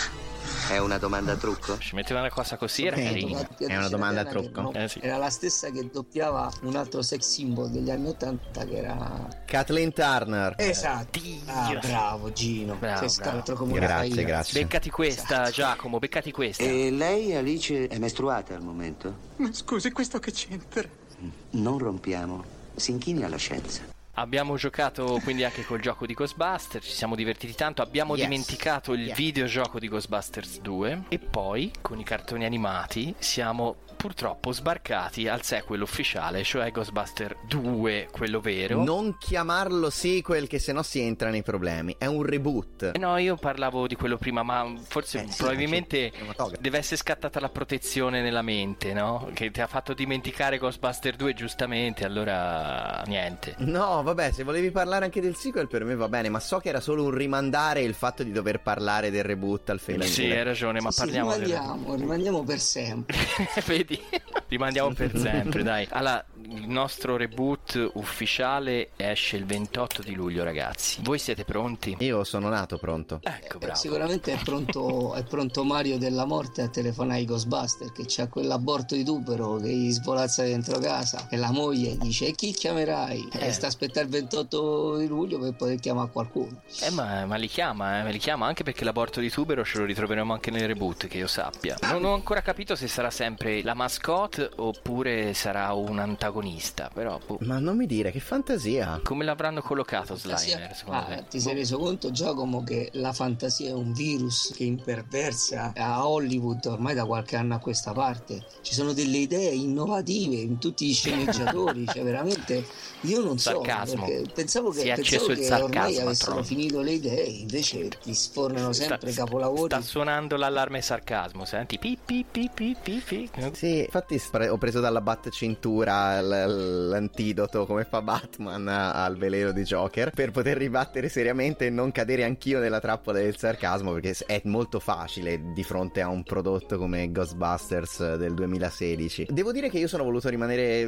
È una domanda trucco? Ci metteva una cosa così, era carina. È una domanda a trucco. Eh, sì. Era la stessa che doppiava un altro sex symbol degli anni ottanta che era Kathleen Turner. Esatto. Ah, bravo Gino. Bravo, Sei bravo. stato come Grazie, grazie. Beccati questa, esatto. Giacomo, beccati questa. E lei, Alice, è mestruata al momento? Ma scusi, questo che c'entra? Non rompiamo. Si inchini alla scienza. Abbiamo giocato quindi anche col gioco di Ghostbuster, ci siamo divertiti tanto, abbiamo yes. dimenticato il yes. videogioco di Ghostbusters due e poi con i cartoni animati siamo purtroppo sbarcati al sequel ufficiale, cioè Ghostbuster due, quello vero. Non chiamarlo sequel che sennò si entra nei problemi, è un reboot. Eh no, io parlavo di quello prima, ma forse eh, sì, probabilmente deve essere scattata la protezione nella mente, no? Che ti ha fatto dimenticare Ghostbuster due giustamente, allora niente. No, vabbè, se volevi parlare anche del sequel per me va bene, ma so che era solo un rimandare il fatto di dover parlare del reboot al femminile. Sì, hai ragione, ma sì, parliamo sì, rimandiamo, del... rimandiamo per sempre. Vedi? Rimandiamo per sempre, dai. Allora, il nostro reboot ufficiale esce il ventotto di luglio, ragazzi. Voi siete pronti? Io sono nato pronto. Ecco, bravo. Eh, sicuramente è pronto, è pronto Mario della morte a telefonare ai Ghostbuster, che c'ha quell'aborto di tubero che gli svolazza dentro casa e la moglie dice: e chi chiamerai? Eh. E sta aspettando il ventotto di luglio per poter chiamare qualcuno. Eh ma, ma li chiama, eh, ma li chiama anche perché l'aborto di tubero ce lo ritroveremo anche nel reboot, che io sappia. Non ho ancora capito se sarà sempre la mascotte oppure sarà un antagonista, però boh. Ma non mi dire, che fantasia. Come l'avranno collocato Slimer, secondo ah, te? Ti sei reso conto, Giacomo, che la fantasia è un virus che imperversa a Hollywood ormai da qualche anno a questa parte? Ci sono delle idee innovative in tutti gli sceneggiatori, cioè veramente io non sarcasmo. so, perché pensavo che, si è pensavo acceso che il ormai avessero troppo. finito le idee, invece ti sfornano sempre sta, capolavori. Sta suonando l'allarme sarcasmo, senti? Pi, pi, pi, pi, pi, pi. Sì, infatti ho preso dalla bat cintura l- l'antidoto, come fa Batman al veleno di Joker, per poter ribattere seriamente e non cadere anch'io nella trappola del sarcasmo, perché è molto facile di fronte a un prodotto come Ghostbusters del duemilasedici. Devo dire che io sono voluto rimanere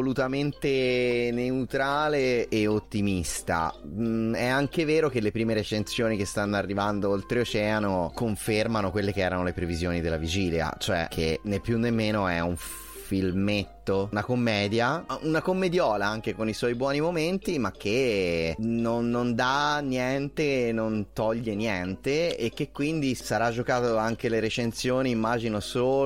volutamente neutrale e ottimista. Mm, è anche vero che le prime recensioni che stanno arrivando oltreoceano confermano quelle che erano le previsioni della vigilia, cioè che né più né meno è un filmetto, una commedia, una commediola anche con i suoi buoni momenti, ma che non, non dà niente, non toglie niente, e che quindi sarà giocato anche le recensioni, immagino,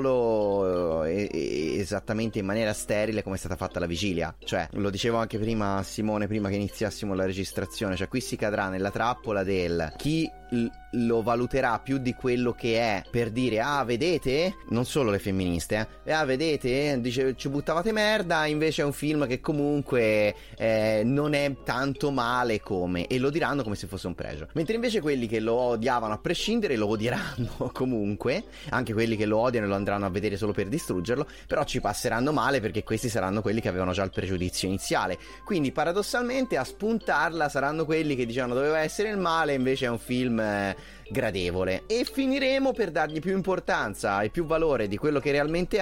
solo e, e esattamente in maniera sterile come è stata fatta la vigilia. Cioè, lo dicevo anche prima a Simone, prima che iniziassimo la registrazione, cioè qui si cadrà nella trappola del chi l- lo valuterà più di quello che è per dire: ah, vedete, non solo le femministe, eh, ah, vedete, dice, ci buttavate merda, invece è un film che comunque eh, non è tanto male come, e lo diranno come se fosse un pregio. Mentre invece quelli che lo odiavano a prescindere lo odieranno comunque, anche quelli che lo odiano lo andranno a vedere solo per distruggerlo, però ci passeranno male perché questi saranno quelli che avevano già il pregiudizio iniziale. Quindi paradossalmente a spuntarla saranno quelli che dicevano doveva essere il male, invece è un film eh, gradevole, e finiremo per dargli più importanza e più valore di quello che realmente ha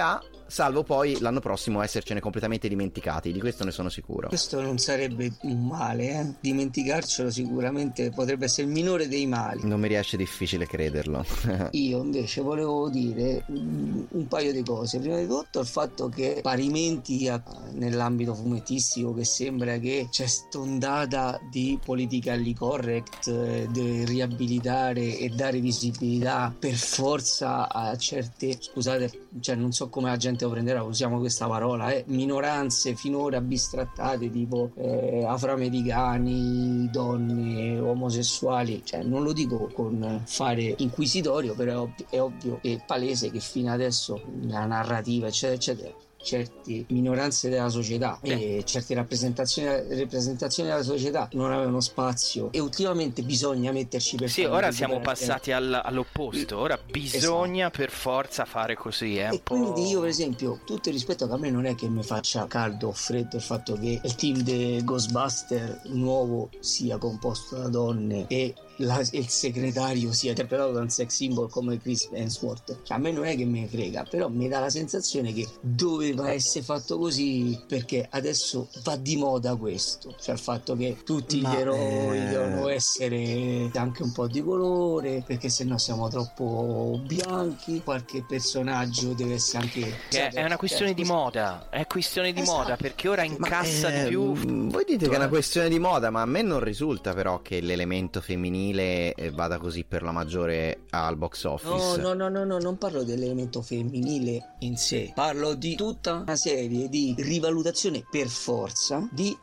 salvo poi l'anno prossimo essercene completamente dimenticati. Di questo ne sono sicuro. Questo non sarebbe un male, eh? Dimenticarcelo sicuramente potrebbe essere il minore dei mali. Non mi riesce difficile crederlo. Io invece volevo dire un paio di cose. Prima di tutto il fatto che parimenti a, nell'ambito fumettistico che sembra che c'è st'ondata di politically correct, eh, di riabilitare e dare visibilità per forza a certe, scusate, cioè non so come la gente lo prenderà, usiamo questa parola, eh, minoranze finora bistrattate tipo eh, afroamericani, donne, omosessuali, cioè non lo dico con fare inquisitorio, però è ovvio, è ovvio e palese che fino adesso la narrativa eccetera eccetera certe minoranze della società sì. e certe rappresentazioni, rappresentazioni della società non avevano spazio e ultimamente bisogna metterci per sì, ora siamo passati all, all'opposto, ora bisogna esatto. per forza fare così eh, e quindi io per esempio tutto il rispetto che a me non è che mi faccia caldo o freddo il fatto che il team dei Ghostbuster nuovo sia composto da donne e la, il segretario sia interpretato da un sex symbol come Chris Hemsworth, cioè a me non è che me ne frega, però mi dà la sensazione che doveva essere fatto così perché adesso va di moda questo, cioè il fatto che tutti Ma, gli eroi eh... devono essere anche un po' di colore perché sennò siamo troppo bianchi, qualche personaggio deve essere anche cioè, è una questione cioè, di moda, è questione di esatto. moda perché ora incassa ma, eh, di più. Voi dite che è una questione di moda, ma a me non risulta però che l'elemento femminile vada così per la maggiore al box office. No, no, no, no, no, non parlo dell'elemento femminile in sé, parlo di tutta una serie di rivalutazione per forza di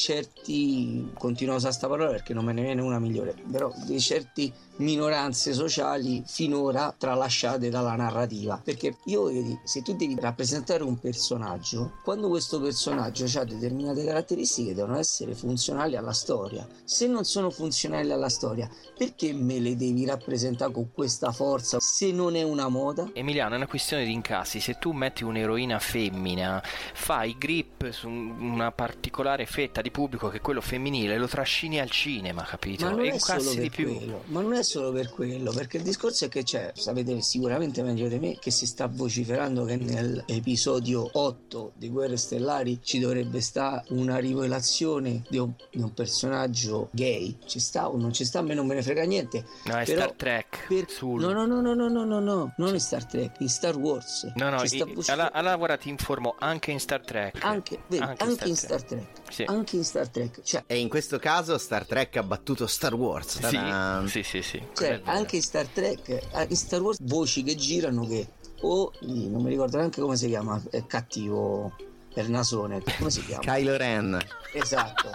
certi, continuo a usare sta parola perché non me ne viene una migliore, però di certi minoranze sociali finora tralasciate dalla narrativa, perché io voglio dire, se tu devi rappresentare un personaggio, quando questo personaggio ha determinate caratteristiche devono essere funzionali alla storia. Se non sono funzionali alla storia, perché me le devi rappresentare con questa forza se non è una moda? Emiliano, è una questione di incassi. Se tu metti un'eroina femmina, fai grip su una particolare fetta di pubblico che è quello femminile, lo trascini al cinema, capito? Ma non e è solo per di più. quello, ma non è solo per quello, perché il discorso è che c'è, sapete sicuramente meglio di me, che si sta vociferando che nell'episodio otto di Guerre Stellari ci dovrebbe stare una rivelazione di un, di un personaggio gay. Ci sta o non ci sta, a me non me ne frega niente. No, è però Star Trek per... sul... no, no no no no no no no non è Star Trek, in Star Wars. No no, ci sta i, vocifer- alla, allora guarda, ti informo, anche in Star Trek anche, vedi, anche, anche in Star Star Trek, Trek. Sì. Anche in Star Trek, cioè, e in questo caso Star Trek ha battuto Star Wars. Sì, sì, sì, sì. Cioè, anche in Star Trek, in Star Wars voci che girano che o non mi ricordo neanche come si chiama, è cattivo, è il nasone, come si chiama? Kylo Ren. Esatto.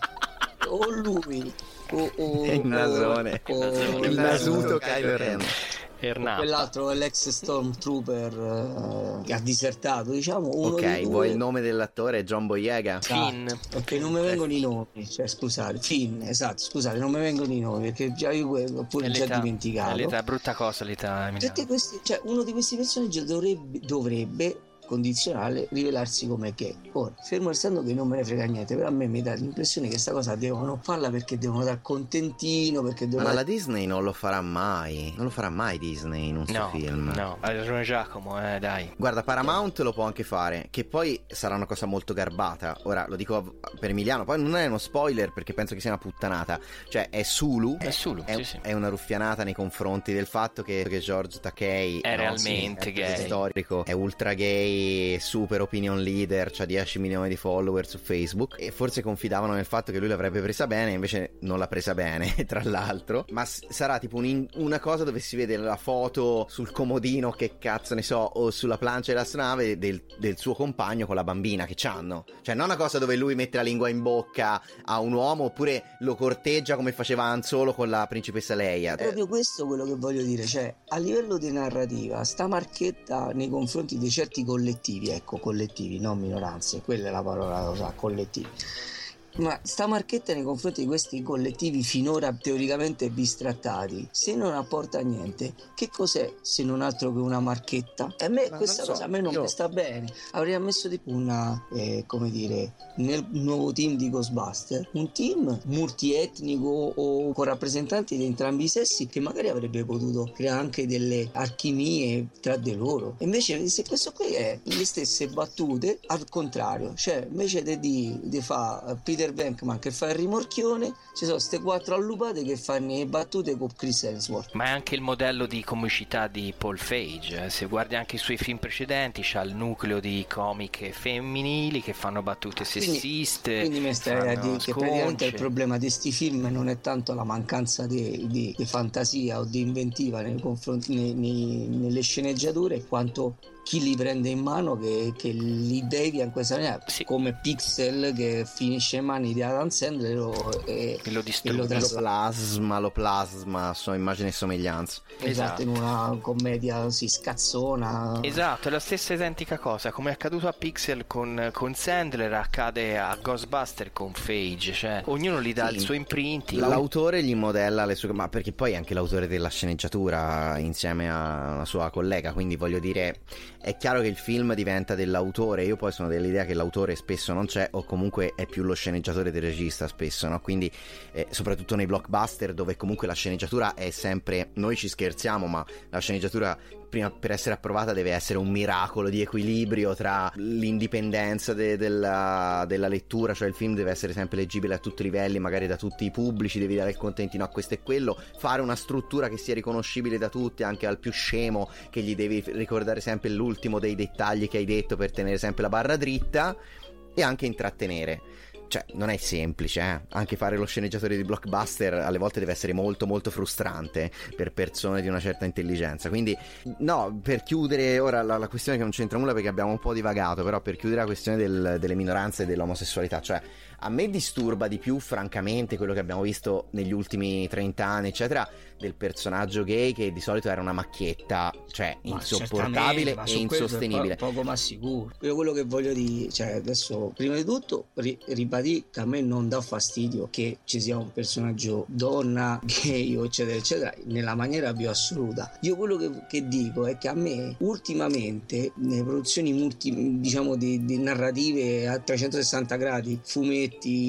O lui o, o il nasone o, o, il nasuto Kylo Ren. Ernato. Quell'altro è l'ex Stormtrooper uh, che ha disertato, diciamo. Uno ok, due... vuoi il nome dell'attore? John Boyega? Finn. Perché non mi vengono i nomi, cioè scusate, Finn, esatto, scusate, non mi vengono i nomi perché già io ho pure già dimenticato. L'età è brutta cosa, l'età. Questi, cioè, uno di questi personaggi dovrebbe, dovrebbe condizionale rivelarsi come gay. Ora, fermo restando che non me ne frega niente, però a me mi dà l'impressione che sta cosa devono farla perché devono dar contentino, perché devono... ma la Disney non lo farà mai, non lo farà mai Disney in un no, suo film. No, hai ragione Giacomo, eh, dai. Guarda, Paramount lo può anche fare, che poi sarà una cosa molto garbata. Ora lo dico per Emiliano, poi non è uno spoiler perché penso che sia una puttanata, cioè è Sulu, è Sulu, è, sì, sì. è una ruffianata nei confronti del fatto che, che George Takei è no, realmente sì, è gay, storico, è ultra gay, super opinion leader, c'ha dieci milioni di follower su Facebook e forse confidavano nel fatto che lui l'avrebbe presa bene, invece non l'ha presa bene tra l'altro, ma s- sarà tipo un in- una cosa dove si vede la foto sul comodino, che cazzo ne so, o sulla plancia dell'astronave del, del suo compagno con la bambina che c'hanno, cioè non una cosa dove lui mette la lingua in bocca a un uomo oppure lo corteggia come faceva Han Solo con la principessa Leia. È proprio questo quello che voglio dire, cioè a livello di narrativa sta marchetta nei confronti di certi collettivi, ecco, collettivi, non minoranze, quella è la parola, lo sa, collettivi, Ma sta marchetta nei confronti di questi collettivi finora teoricamente bistrattati, se non apporta niente, che cos'è se non altro che una marchetta? E a me Ma questa so, cosa a me non io... mi sta bene. Avrei ammesso di più una, eh, come dire, nel nuovo team di Ghostbuster, un team multietnico o con rappresentanti di entrambi i sessi, che magari avrebbe potuto creare anche delle alchimie tra di loro. E invece se questo qui è le stesse battute al contrario, cioè invece di, di fare Peter Venkman che fa il rimorchione, ci sono queste quattro allupate che fanno le battute con Chris Hemsworth. Ma è anche il modello di comicità di Paul Feig, eh. Se guardi anche i suoi film precedenti c'ha il nucleo di comiche femminili che fanno battute sessiste, quindi, quindi mi stai a dire che praticamente il sconce. problema di sti film non è tanto la mancanza di, di, di fantasia o di inventiva nei confronti, nei, nei, nelle sceneggiature, quanto chi li prende in mano che, che li devia in questa maniera, sì. Come Pixel che finisce in mani di Adam Sandler lo, e, e lo distrugge, lo, lo plasma, lo plasma, sono immagini e somiglianze. Esatto, esatto, in una commedia così scazzona. Esatto, è la stessa identica cosa, come è accaduto a Pixel con, con Sandler, accade a Ghostbuster con Feig, cioè ognuno gli dà sì. il suo imprinting. L'autore gli modella le sue, ma perché poi è anche l'autore della sceneggiatura insieme a una sua collega, quindi voglio dire è chiaro che il film diventa dell'autore. Io poi sono dell'idea che l'autore spesso non c'è, o comunque è più lo sceneggiatore del regista spesso, no? Quindi eh, soprattutto nei blockbuster dove comunque la sceneggiatura è sempre, noi ci scherziamo, ma la sceneggiatura prima per essere approvata deve essere un miracolo di equilibrio tra l'indipendenza de- della, della lettura, cioè il film deve essere sempre leggibile a tutti i livelli, magari da tutti i pubblici, devi dare il contentino a questo e quello, fare una struttura che sia riconoscibile da tutti, anche al più scemo che gli devi ricordare sempre l'ultimo dei dettagli che hai detto per tenere sempre la barra dritta, e anche intrattenere. Cioè, non è semplice, eh? Anche fare lo sceneggiatore di blockbuster alle volte deve essere molto molto frustrante per persone di una certa intelligenza. Quindi, no, per chiudere ora la, la questione che non c'entra nulla perché abbiamo un po' divagato, però per chiudere la questione del, delle minoranze e dell'omosessualità, cioè a me disturba di più francamente quello che abbiamo visto negli ultimi trenta anni eccetera del personaggio gay, che di solito era una macchietta, cioè ma insopportabile ma e insostenibile. Po- poco ma sicuro. Io quello che voglio dire, cioè adesso prima di tutto ri- ribadì che a me non dà fastidio che ci sia un personaggio donna, gay o eccetera eccetera nella maniera più assoluta. Io quello che, che dico è che a me ultimamente nelle produzioni multi, diciamo di, di narrative a trecentosessanta gradi, fumetti,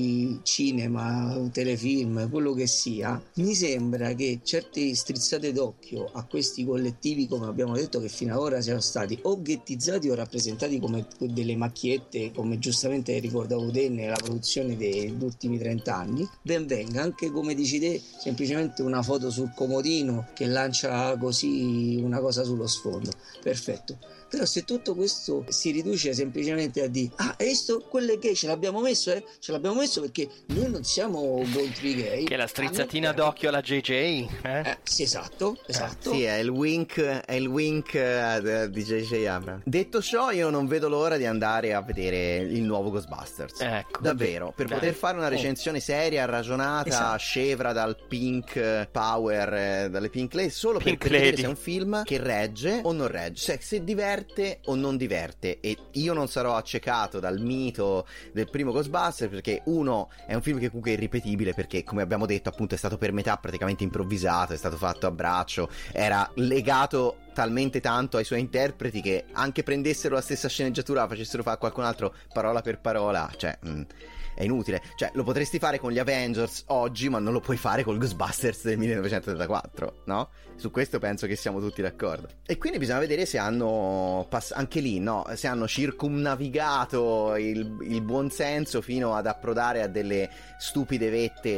cinema, telefilm, quello che sia, mi sembra che certe strizzate d'occhio a questi collettivi, come abbiamo detto, che fino ad ora siano stati o ghettizzati o rappresentati come delle macchiette, come giustamente ricordavo te nella produzione degli ultimi trenta anni, ben venga anche, come dici te, semplicemente una foto sul comodino che lancia così una cosa sullo sfondo, perfetto. Però se tutto questo si riduce semplicemente a dire ah, hai visto quello è gay, ce l'abbiamo messo, eh? Ce l'abbiamo messo perché noi non siamo contro i gay. Che è la strizzatina d'occhio alla J J, eh? eh sì, esatto, esatto. Eh, sì, è il wink, è il wink uh, di J J Abrams. Detto ciò, io non vedo l'ora di andare a vedere il nuovo Ghostbusters. Ecco, davvero, per dai. poter fare una recensione seria, ragionata, esatto. Scevra dal pink power, eh, dalle pink lady, solo pink per lady. vedere se è un film che regge o non regge, cioè se diverte o non diverte. E io non sarò accecato dal mito del primo Ghostbusters, perché uno è un film che comunque è irripetibile, perché come abbiamo detto appunto è stato per metà praticamente improvvisato, è stato fatto a braccio, era legato talmente tanto ai suoi interpreti che anche prendessero la stessa sceneggiatura, facessero fare qualcun altro parola per parola, cioè mh, è inutile. Cioè lo potresti fare con gli Avengers oggi, ma non lo puoi fare col Ghostbusters del millenovecentotrentaquattro, no? Su questo penso che siamo tutti d'accordo. E quindi bisogna vedere se hanno pass- anche lì, no? Se hanno circumnavigato il, il buonsenso fino ad approdare a delle stupide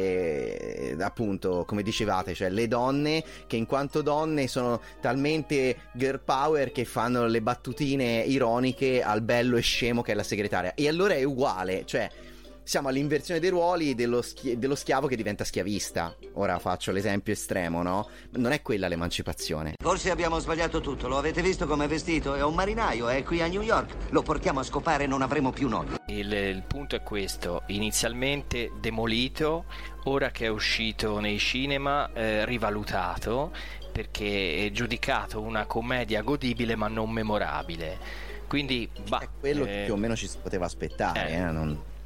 vette, appunto, come dicevate, cioè le donne che in quanto donne sono talmente girl power che fanno le battutine ironiche al bello e scemo che è la segretaria. E allora è uguale, cioè siamo all'inversione dei ruoli dello, schi- dello schiavo che diventa schiavista. Ora faccio l'esempio estremo, no? Non è quella l'emancipazione. Forse abbiamo sbagliato tutto. Lo avete visto come è vestito? È un marinaio, è qui a New York. Lo portiamo a scopare e non avremo più noia. Il, il punto è questo: inizialmente demolito, ora che è uscito nei cinema, eh, rivalutato, perché è giudicato una commedia godibile ma non memorabile. Quindi bah, è quello eh... che più o meno ci si poteva aspettare, eh. Eh, non...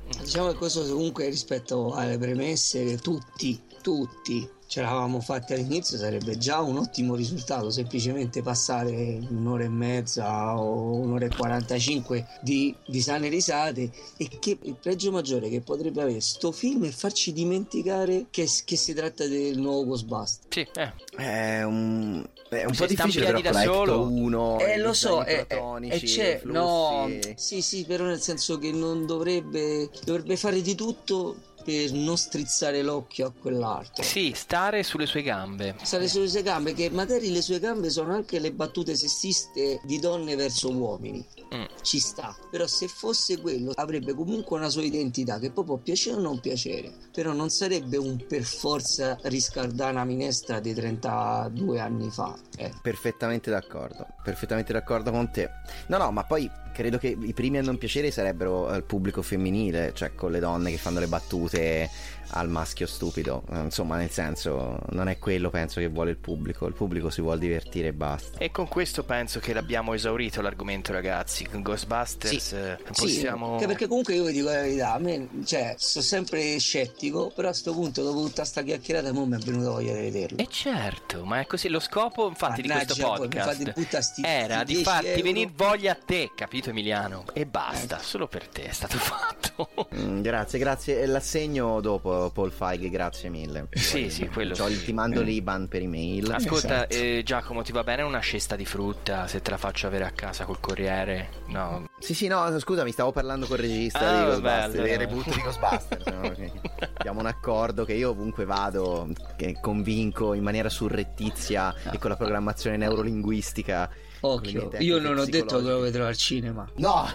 Diciamo che questo comunque rispetto alle premesse che tutti, tutti ce l'avevamo fatte all'inizio sarebbe già un ottimo risultato, semplicemente passare un'ora e mezza o un'ora e quarantacinque di, di sane risate, e che il pregio maggiore che potrebbe avere sto film è farci dimenticare che, che si tratta del nuovo Ghostbusters. Sì, eh. È un, è un Se po' difficile però da con solo uno, Eh lo so, e e c'è, no, sì sì, però nel senso che non dovrebbe, dovrebbe fare di tutto per non strizzare l'occhio a quell'altro. Sì, stare sulle sue gambe. Stare sulle sue gambe, che magari le sue gambe sono anche le battute sessiste di donne verso uomini. Mm. Ci sta, però se fosse quello avrebbe comunque una sua identità che poi può piacere o non piacere, però non sarebbe un per forza riscaldare una minestra di trentadue anni fa. Eh. Perfettamente d'accordo, perfettamente d'accordo con te. No, no, ma poi credo che i primi a non piacere sarebbero il pubblico femminile, cioè con le donne che fanno le battute al maschio stupido. Insomma, nel senso, non è quello penso che vuole il pubblico. Il pubblico si vuole divertire e basta. E con questo penso che l'abbiamo esaurito l'argomento, ragazzi. Con Ghostbusters sì. eh, possiamo... Sì, anche perché comunque io vi dico la verità, a me, cioè, sono sempre scettico, però a sto punto, dopo tutta sta chiacchierata, mo mi è venuta voglia di vederlo. E certo, ma è così. Lo scopo infatti Mannaggia, di questo podcast sti, era sti di farti euro. venire voglia a te, capito Emiliano? E basta, eh. Solo per te è stato fatto. Mm, grazie, grazie. E l'assegno dopo, Paul Feig, grazie mille. Sì, poi, sì, quello cioè, sì. Ti mando l'I B A N per email. Ascolta, esatto. eh, Giacomo, ti va bene una cesta di frutta se te la faccio avere a casa col corriere? No. Sì, sì, no, scusa, mi stavo parlando col regista ah, di Ghostbusters, allora. dei reboot di Ghostbusters. No? Abbiamo un accordo che io ovunque vado, che convinco in maniera surrettizia ah. e con la programmazione neurolinguistica. Occhio, io non ho detto che lo vedrò al cinema. No,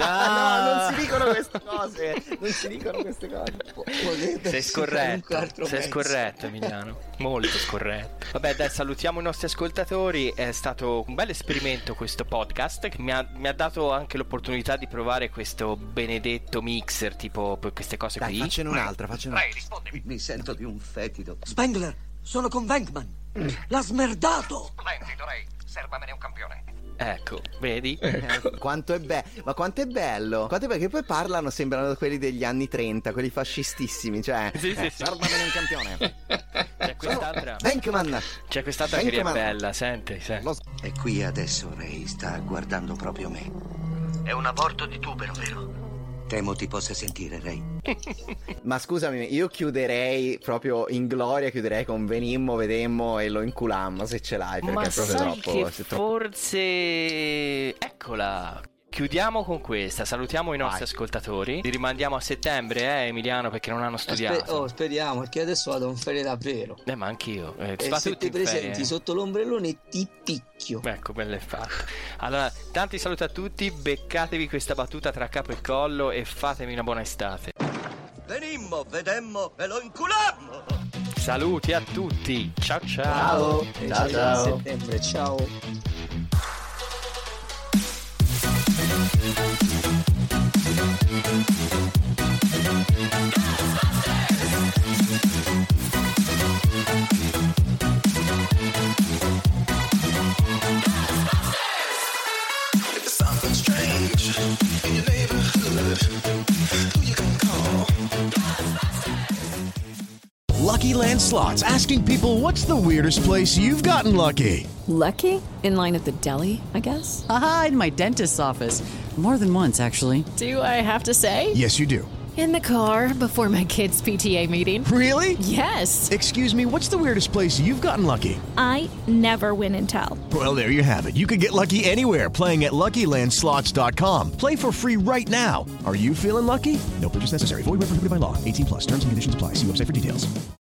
ah. no, non si dicono queste cose. Non si dicono queste cose. Potete sei scorretto, sei scorretto Emiliano, molto scorretto. Vabbè dai, salutiamo i nostri ascoltatori. È stato un bel esperimento questo podcast che mi ha, mi ha dato anche l'opportunità di provare questo benedetto mixer, tipo queste cose dai, qui. Faccene un'altra, faccene un'altra. Dai, rispondimi. Mi sento di un fetido. Spengler, sono con Venkman. L'ha smerdato. Splendido, Ray. Servamene un campione. Ecco, vedi? Ecco. Quanto è bello. Ma quanto è bello. Quanto è bello che poi parlano, sembrano quelli degli anni trenta, quelli fascistissimi. Cioè, sì, sì, eh, sì. Servamene un campione. C'è quest'altra. Venkman. C'è quest'altra Venkman. Che è bella, senti, senti. E qui adesso Ray sta guardando proprio me. È un aborto di tubero, vero? Temo ti possa sentire, Ray. Ma scusami, io chiuderei proprio in gloria, chiuderei con venimmo, vedemmo e lo inculammo se ce l'hai, perché ma è proprio sai troppo, che è troppo... forse eccola. Chiudiamo con questa, salutiamo i nostri Vai. ascoltatori. Li rimandiamo a settembre, eh Emiliano, perché non hanno studiato. Sper- oh, speriamo, perché adesso vado in ferie davvero. Eh, ma anch'io. Eh, e se ti presenti ferie. Sotto l'ombrellone ti picchio. Ecco, bello è fatto. Allora, tanti saluti a tutti, beccatevi questa battuta tra capo e collo e fatemi una buona estate. Venimmo, vedemmo e lo inculammo. Saluti a tutti. Ciao ciao. Ciao. Ciao, ciao. Settembre, ciao. Something strange in your neighborhood. Who you can call? Lucky Land Slots, asking people, what's the weirdest place you've gotten lucky? Lucky? In line at the deli, I guess? Aha, in my dentist's office. More than once, actually. Do I have to say? Yes, you do. In the car before my kids' P T A meeting. Really? Yes. Excuse me, what's the weirdest place you've gotten lucky? I never win and tell. Well, there you have it. You can get lucky anywhere, playing at Lucky Land Slots dot com. Play for free right now. Are you feeling lucky? No purchase necessary. Void where prohibited by law. eighteen plus. Terms and conditions apply. See website for details.